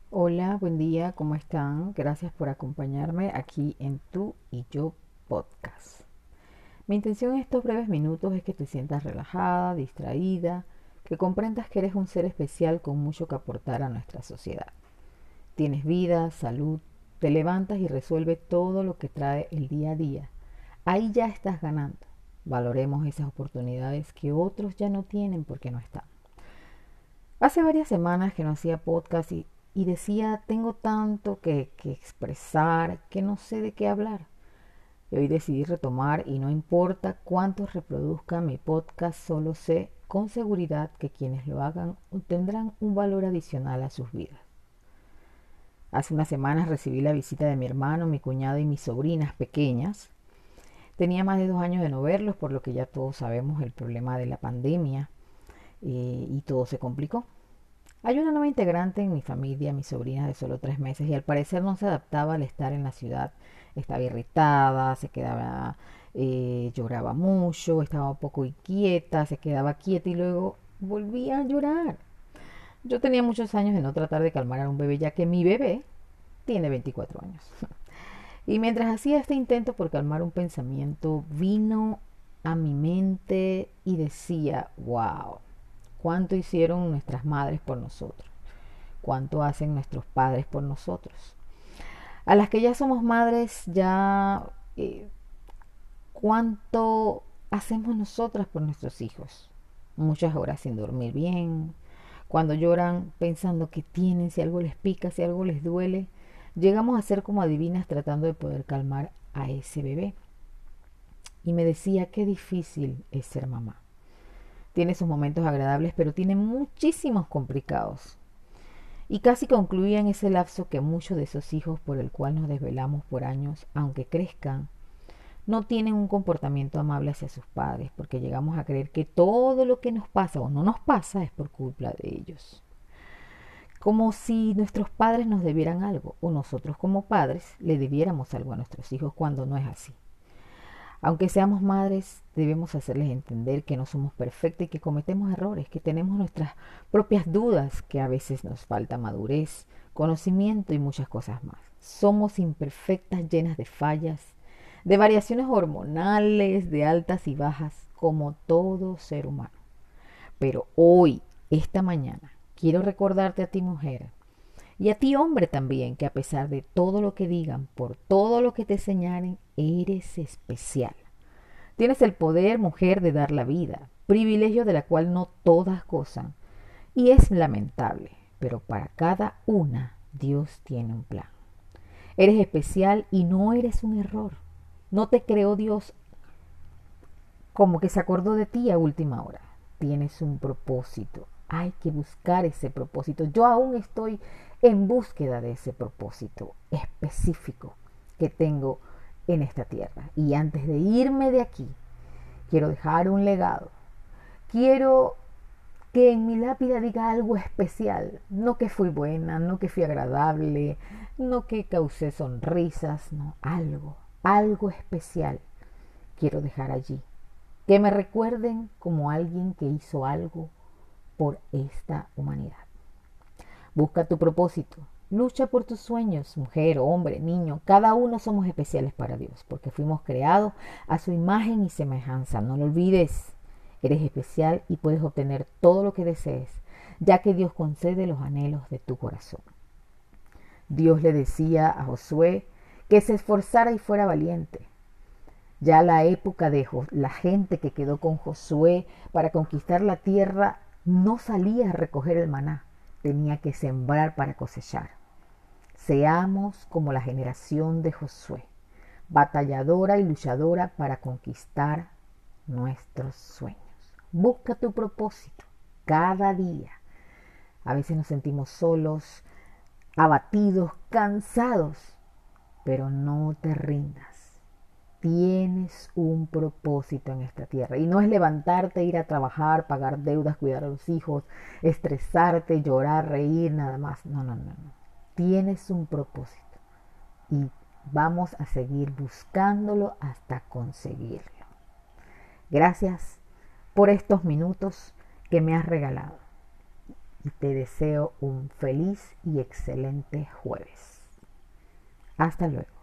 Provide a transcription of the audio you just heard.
Hola, buen día, ¿cómo están? Gracias por acompañarme aquí en Tú y Yo Podcast. Mi intención en estos breves minutos es que te sientas relajada, distraída, que comprendas que eres un ser especial con mucho que aportar a nuestra sociedad. Tienes vida, salud, te levantas y resuelves todo lo que trae el día a día. Ahí ya estás ganando. Valoremos esas oportunidades que otros ya no tienen porque no están. Hace varias semanas que no hacía podcast y decía, tengo tanto que expresar que no sé de qué hablar. Y hoy decidí retomar y no importa cuántos reproduzca mi podcast, solo sé con seguridad que quienes lo hagan obtendrán un valor adicional a sus vidas. Hace unas semanas recibí la visita de mi hermano, mi cuñado y mis sobrinas pequeñas. Tenía más de 2 años de no verlos, por lo que ya todos sabemos el problema de la pandemia y todo se complicó. Hay una nueva integrante en mi familia, mi sobrina de solo 3 meses, y al parecer no se adaptaba al estar en la ciudad. Estaba irritada, se quedaba, lloraba mucho, estaba un poco inquieta, se quedaba quieta y luego volvía a llorar. Yo tenía muchos años de no tratar de calmar a un bebé, ya que mi bebé tiene 24 años. Y mientras hacía este intento por calmar un pensamiento, vino a mi mente y decía, wow, cuánto hicieron nuestras madres por nosotros, cuánto hacen nuestros padres por nosotros. A las que ya somos madres, ya cuánto hacemos nosotras por nuestros hijos. Muchas horas sin dormir bien, cuando lloran pensando que tienen, si algo les pica, si algo les duele, llegamos a ser como adivinas tratando de poder calmar a ese bebé. Y me decía, qué difícil es ser mamá. Tiene sus momentos agradables, pero tiene muchísimos complicados. Y casi concluía en ese lapso que muchos de esos hijos por el cual nos desvelamos por años, aunque crezcan, no tienen un comportamiento amable hacia sus padres, porque llegamos a creer que todo lo que nos pasa o no nos pasa es por culpa de ellos. Como si nuestros padres nos debieran algo, o nosotros como padres le debiéramos algo a nuestros hijos cuando no es así. Aunque seamos madres, debemos hacerles entender que no somos perfectas y que cometemos errores, que tenemos nuestras propias dudas, que a veces nos falta madurez, conocimiento y muchas cosas más. Somos imperfectas, llenas de fallas, de variaciones hormonales, de altas y bajas, como todo ser humano. Pero hoy, esta mañana, quiero recordarte a ti mujer y a ti hombre también, que a pesar de todo lo que digan, por todo lo que te señalen, eres especial. Tienes el poder, mujer, de dar la vida, privilegio de la cual no todas gozan. Y es lamentable, pero para cada una Dios tiene un plan. Eres especial y no eres un error. No te creó Dios como que se acordó de ti a última hora. Tienes un propósito. Hay que buscar ese propósito. Yo aún estoy en búsqueda de ese propósito específico que tengo en esta tierra. Y antes de irme de aquí, quiero dejar un legado. Quiero que en mi lápida diga algo especial. No que fui buena, no que fui agradable, no que causé sonrisas, no, algo especial quiero dejar allí. Que me recuerden como alguien que hizo algo por esta humanidad. Busca tu propósito. Lucha por tus sueños, mujer, hombre, niño. Cada uno somos especiales para Dios, porque fuimos creados a su imagen y semejanza. No lo olvides. Eres especial y puedes obtener todo lo que desees, ya que Dios concede los anhelos de tu corazón. Dios le decía a Josué que se esforzara y fuera valiente. Ya la época de la gente que quedó con Josué para conquistar la tierra no salía a recoger el maná, tenía que sembrar para cosechar. Seamos como la generación de Josué, batalladora y luchadora para conquistar nuestros sueños. Busca tu propósito cada día. A veces nos sentimos solos, abatidos, cansados, pero no te rindas. Tienes un propósito en esta tierra y no es levantarte, ir a trabajar, pagar deudas, cuidar a los hijos, estresarte, llorar, reír, nada más. No, no, no, no. Tienes un propósito y vamos a seguir buscándolo hasta conseguirlo. Gracias por estos minutos que me has regalado. y te deseo un feliz y excelente jueves. Hasta luego.